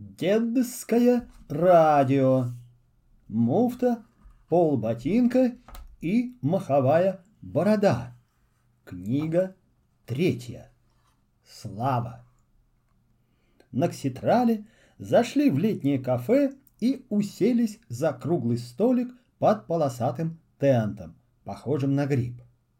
Дедское радио. Муфта, полботинка и маховая борода. Книга 3. Слава. На Кситрале зашли в летнее кафе и уселись за круглый столик под полосатым тентом, похожим на гриб.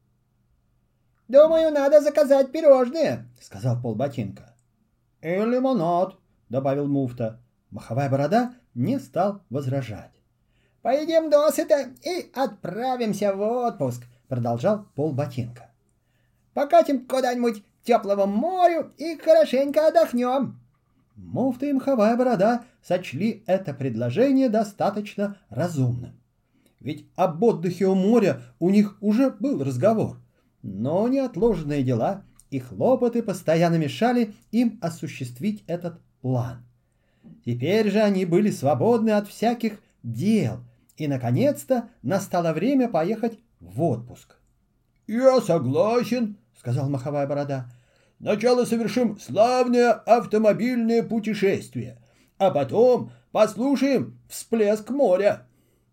«Думаю, надо заказать пирожные», — сказал полботинка. «И лимонад», — добавил муфта. Маховая борода не стал возражать. «Поедим досыта и отправимся в отпуск», — продолжал полботинка. «Покатим куда-нибудь к теплому морю и хорошенько отдохнем». Муфта и маховая борода сочли это предложение достаточно разумным. Ведь об отдыхе у моря у них уже был разговор. Но неотложные дела и хлопоты постоянно мешали им осуществить этот план. Теперь же они были свободны от всяких дел, и, наконец-то, настало время поехать в отпуск. «Я согласен», — сказал маховая борода. «Сначала совершим славное автомобильное путешествие, а потом послушаем всплеск моря».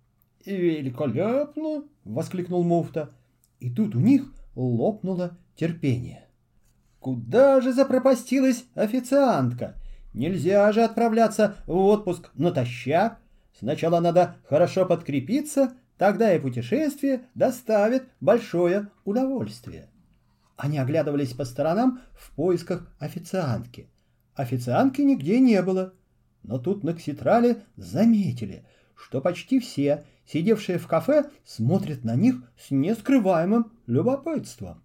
«Великолепно!» — воскликнул муфта. И тут у них лопнуло терпение. Куда же запропастилась официантка? Нельзя же отправляться в отпуск натощак. Сначала надо хорошо подкрепиться, тогда и путешествие доставит большое удовольствие. Они оглядывались по сторонам в поисках официантки. Официантки нигде не было. Но тут на Кситрале заметили, что почти все, сидевшие в кафе, смотрят на них с нескрываемым любопытством.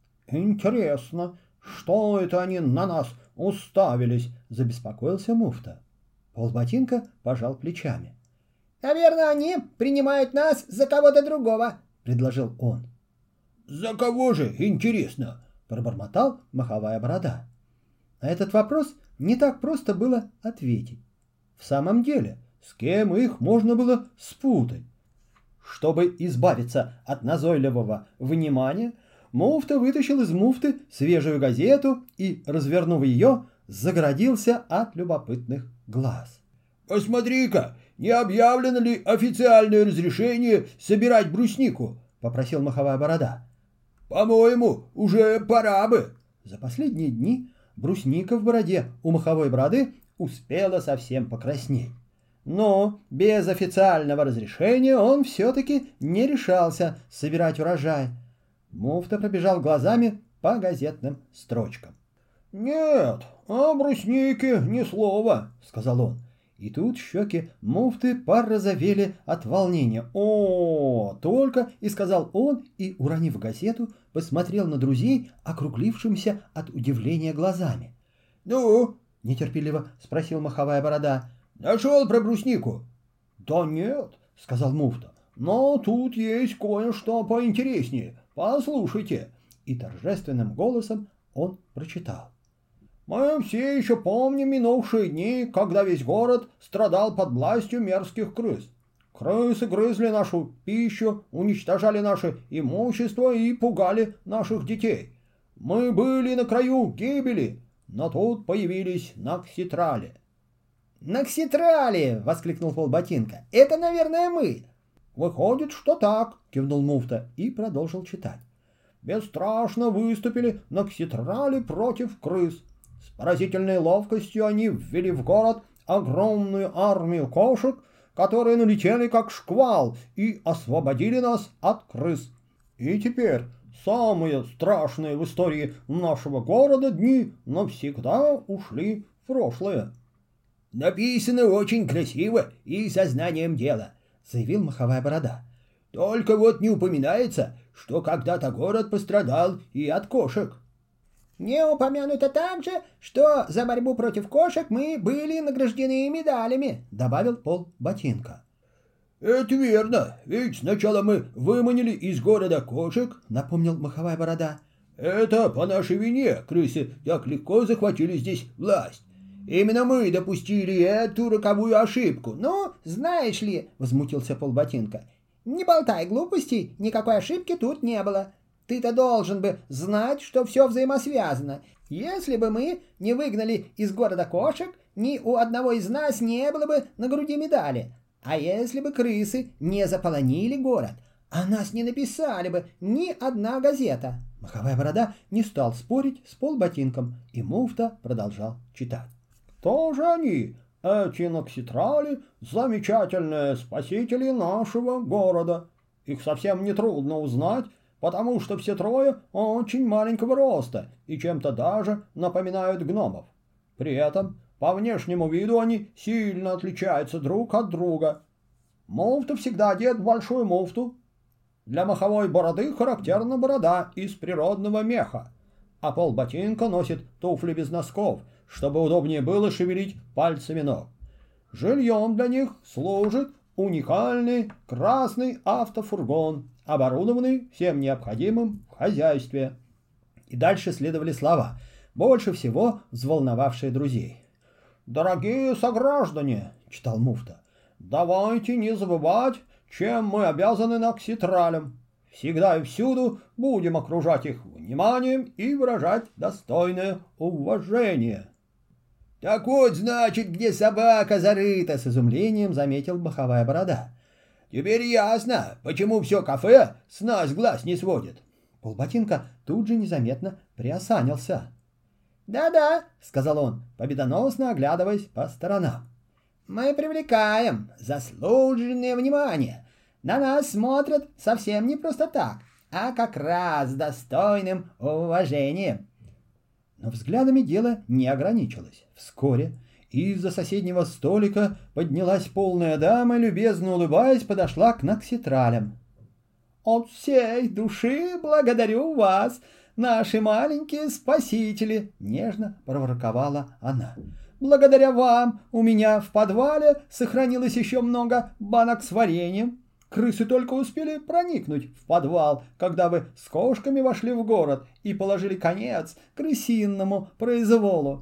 «Интересно, что это они на нас уставились?» — забеспокоился муфта. Полботинка пожал плечами. «Наверное, они принимают нас за кого-то другого», — предложил он. «За кого же, интересно?» — пробормотал маховая борода. На этот вопрос не так просто было ответить. В самом деле, с кем их можно было спутать? Чтобы избавиться от назойливого внимания, муфта вытащил из муфты свежую газету и, развернув ее, загородился от любопытных глаз. «Посмотри-ка, не объявлено ли официальное разрешение собирать бруснику?» — попросил маховая борода. «По-моему, уже пора бы». За последние дни брусника в бороде у маховой бороды успела совсем покраснеть. Но без официального разрешения он все-таки не решался собирать урожай. Муфта пробежал глазами по газетным строчкам. «Нет, о бруснике ни слова», — сказал он. И тут щеки муфты порозовели от волнения. «О, только!» — и сказал он, и, уронив газету, посмотрел на друзей, округлившимся от удивления глазами. «Ну?» — нетерпеливо спросил маховая борода. «Нашел про бруснику?» «Да нет», — сказал муфта, — «но тут есть кое-что поинтереснее. Послушайте». И торжественным голосом он прочитал. «Мы все еще помним минувшие дни, когда весь город страдал под властью мерзких крыс. Крысы грызли нашу пищу, уничтожали наше имущество и пугали наших детей. Мы были на краю гибели, но тут появились на Кситрале». «На Кситрале!» — воскликнул полботинка. «Это, наверное, мы!» «Выходит, что так!» — кивнул муфта и продолжил читать. «Бесстрашно выступили на Кситрале против крыс. С поразительной ловкостью они ввели в город огромную армию кошек, которые налетели как шквал и освободили нас от крыс. И теперь самые страшные в истории нашего города дни навсегда ушли в прошлое». «Написано очень красиво и сознанием дела», — заявил маховая борода. «Только вот не упоминается, что когда-то город пострадал и от кошек». «Не упомянуто также, что за борьбу против кошек мы были награждены медалями», — добавил полботинка. «Это верно, ведь сначала мы выманили из города кошек», — напомнил маховая борода. «Это по нашей вине крысы так легко захватили здесь власть. Именно мы допустили эту роковую ошибку». «Ну, знаешь ли», — возмутился полботинка, — «не болтай глупостей, никакой ошибки тут не было. Ты-то должен бы знать, что все взаимосвязано. Если бы мы не выгнали из города кошек, ни у одного из нас не было бы на груди медали. А если бы крысы не заполонили город, о нас не написали бы ни одна газета». Маховая борода не стал спорить с полботинком, и муфта продолжал читать. «Кто же они, эти нокситрали, замечательные спасители нашего города? Их совсем нетрудно узнать, потому что все трое очень маленького роста и чем-то даже напоминают гномов. При этом по внешнему виду они сильно отличаются друг от друга. Муфта всегда одет в большую муфту. Для маховой бороды характерна борода из природного меха, а полботинка носит туфли без носков, чтобы удобнее было шевелить пальцами ног. Жильем для них служит уникальный красный автофургон, оборудованный всем необходимым в хозяйстве». И дальше следовали слова, больше всего взволновавшие друзей. «Дорогие сограждане», — читал муфта, — «давайте не забывать, чем мы обязаны нокситралям. Всегда и всюду будем окружать их вниманием и выражать достойное уважение». «Так вот, значит, где собака зарыта», — с изумлением заметил маховая борода. «Теперь ясно, почему все кафе с нас глаз не сводит». Полботинка тут же незаметно приосанился. «Да-да», — сказал он, победоносно оглядываясь по сторонам. «Мы привлекаем заслуженное внимание. На нас смотрят совсем не просто так, а как раз с достойным уважением». Но взглядами дело не ограничилось. Вскоре из-за соседнего столика поднялась полная дама и, любезно улыбаясь, подошла к нокситралям. «От всей души благодарю вас, наши маленькие спасители», — нежно проворковала она. «Благодаря вам у меня в подвале сохранилось еще много банок с вареньем. Крысы только успели проникнуть в подвал, когда вы с кошками вошли в город и положили конец крысинному произволу».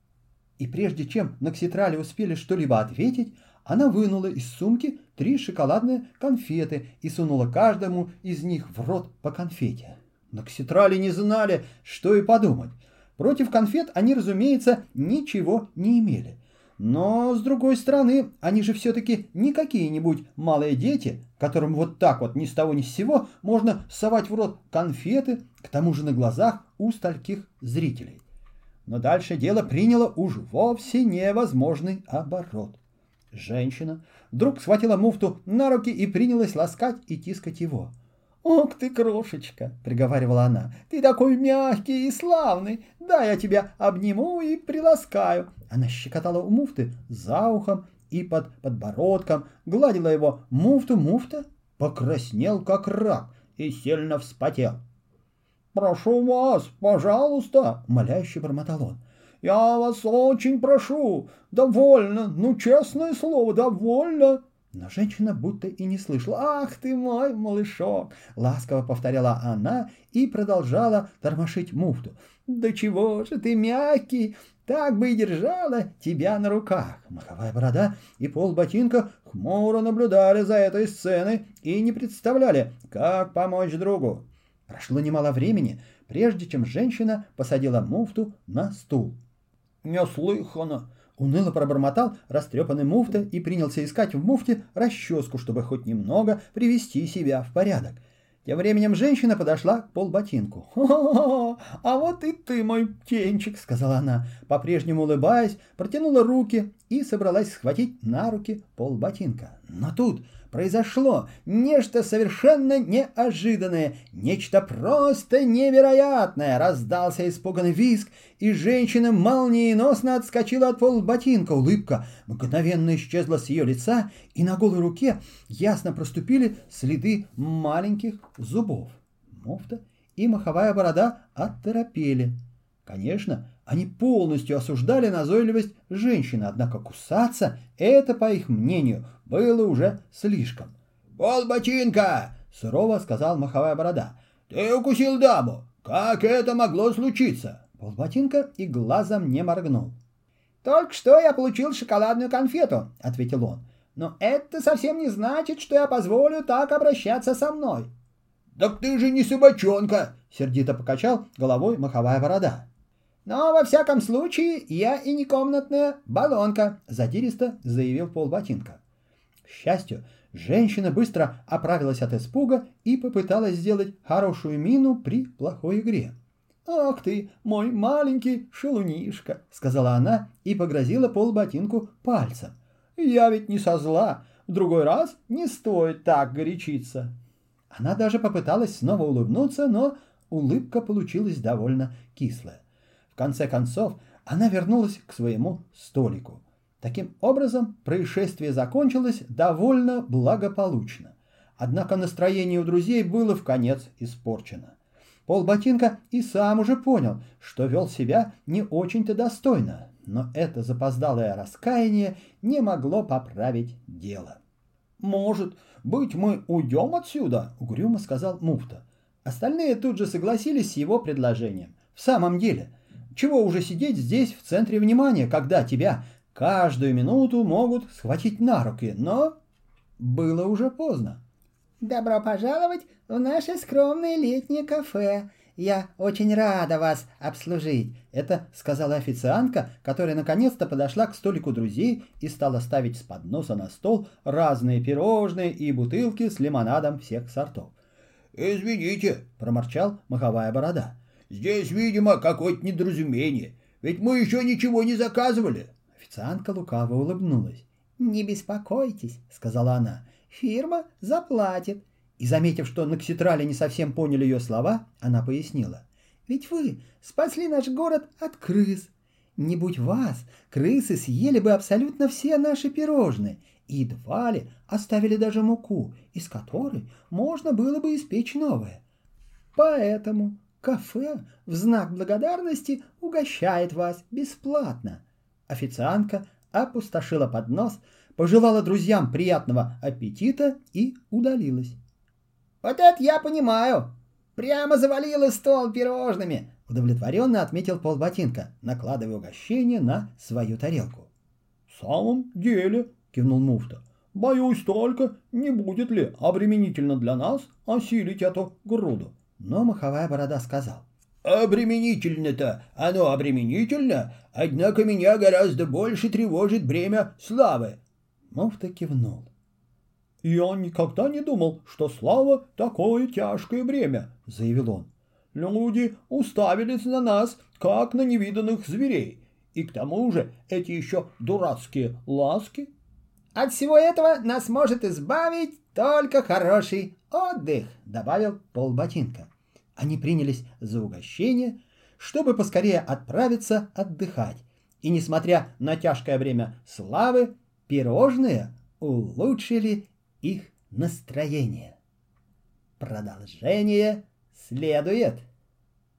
И прежде чем нокситрали успели что-либо ответить, она вынула из сумки 3 шоколадные конфеты и сунула каждому из них в рот по конфете. Нокситрали не знали, что и подумать. Против конфет они, разумеется, ничего не имели. Но, с другой стороны, они же все-таки не какие-нибудь малые дети, которым вот так вот ни с того ни с сего можно совать в рот конфеты, к тому же на глазах у стольких зрителей. Но дальше дело приняло уж вовсе невозможный оборот. Женщина вдруг схватила муфту на руки и принялась ласкать и тискать его. «Ох ты, крошечка!» — приговаривала она. «Ты такой мягкий и славный! Да, я тебя обниму и приласкаю!» Она щекотала у муфты за ухом и под подбородком, гладила его муфту. Муфта покраснел, как рак, и сильно вспотел. «Прошу вас, пожалуйста!» — умоляюще бормотал он. «Я вас очень прошу! Довольно! Ну, честное слово, довольно!» Но женщина будто и не слышала. «Ах ты мой малышок!» — ласково повторяла она и продолжала тормошить муфту. «Да чего же ты мягкий! Так бы и держала тебя на руках!» Маховая борода и полботинка хмуро наблюдали за этой сценой и не представляли, как помочь другу. Прошло немало времени, прежде чем женщина посадила муфту на стул. «Неслыханно!» — уныло пробормотал растрепанный муфта и принялся искать в муфте расческу, чтобы хоть немного привести себя в порядок. Тем временем женщина подошла к полботинку. «О, а вот и ты, мой птенчик», — сказала она, по-прежнему улыбаясь, протянула руки и собралась схватить на руки полботинка. Но тут произошло нечто совершенно неожиданное, нечто просто невероятное. Раздался испуганный визг, и женщина молниеносно отскочила от полботинка. Улыбка мгновенно исчезла с ее лица, и на голой руке ясно проступили следы маленьких зубов. Муфта и маховая борода оторопели. Конечно, они полностью осуждали назойливость женщины, однако кусаться — это, по их мнению, было уже слишком. «Полботинка!» — сурово сказал маховая борода. «Ты укусил даму! Как это могло случиться?» Полботинка и глазом не моргнул. «Только что я получил шоколадную конфету», — ответил он. «Но это совсем не значит, что я позволю так обращаться со мной». Так ты же не собачонка!» — сердито покачал головой моховая борода. «Но, во всяком случае, я и не комнатная баллонка», — задиристо заявил полботинка. К счастью, женщина быстро оправилась от испуга и попыталась сделать хорошую мину при плохой игре. «Ах ты, мой маленький шалунишка», — сказала она и погрозила полботинку пальцем. «Я ведь не со зла, в другой раз не стоит так горячиться». Она даже попыталась снова улыбнуться, но улыбка получилась довольно кислая. В конце концов, она вернулась к своему столику. Таким образом, происшествие закончилось довольно благополучно. Однако настроение у друзей было вконец испорчено. Полботинка и сам уже понял, что вел себя не очень-то достойно, но это запоздалое раскаяние не могло поправить дело. «Может быть, мы уйдем отсюда?» — угрюмо сказал муфта. Остальные тут же согласились с его предложением. В самом деле, чего уже сидеть здесь в центре внимания, когда тебя каждую минуту могут схватить на руки, но было уже поздно. «Добро пожаловать в наше скромное летнее кафе. Я очень рада вас обслужить», — это сказала официантка, которая наконец-то подошла к столику друзей и стала ставить с подноса на стол разные пирожные и бутылки с лимонадом всех сортов. «Извините», — проморчал моховая борода. «Здесь, видимо, какое-то недоразумение. Ведь мы еще ничего не заказывали». Официантка лукаво улыбнулась. «Не беспокойтесь», — сказала она. «Фирма заплатит». И, заметив, что нокситрали не совсем поняли ее слова, она пояснила. «Ведь вы спасли наш город от крыс. Не будь вас, крысы съели бы абсолютно все наши пирожные и едва ли оставили даже муку, из которой можно было бы испечь новое. Поэтому кафе в знак благодарности угощает вас бесплатно». Официантка опустошила поднос, пожелала друзьям приятного аппетита и удалилась. «Вот это я понимаю! Прямо завалила стол пирожными!» — удовлетворенно отметил полботинка, накладывая угощение на свою тарелку. — В самом деле, — кивнул муфта, — боюсь только, не будет ли обременительно для нас осилить эту груду. Но моховая борода сказал. — Обременительно-то, оно обременительно, однако меня гораздо больше тревожит бремя славы. Муфта кивнул. — Я никогда не думал, что слава такое тяжкое бремя, — заявил он. — Люди уставились на нас, как на невиданных зверей. И к тому же эти еще дурацкие ласки. — От всего этого нас может избавить только хороший отдых, — добавил полботинка. Они принялись за угощение, чтобы поскорее отправиться отдыхать. И, несмотря на тяжкое бремя славы, пирожные улучшили их настроение. Продолжение следует.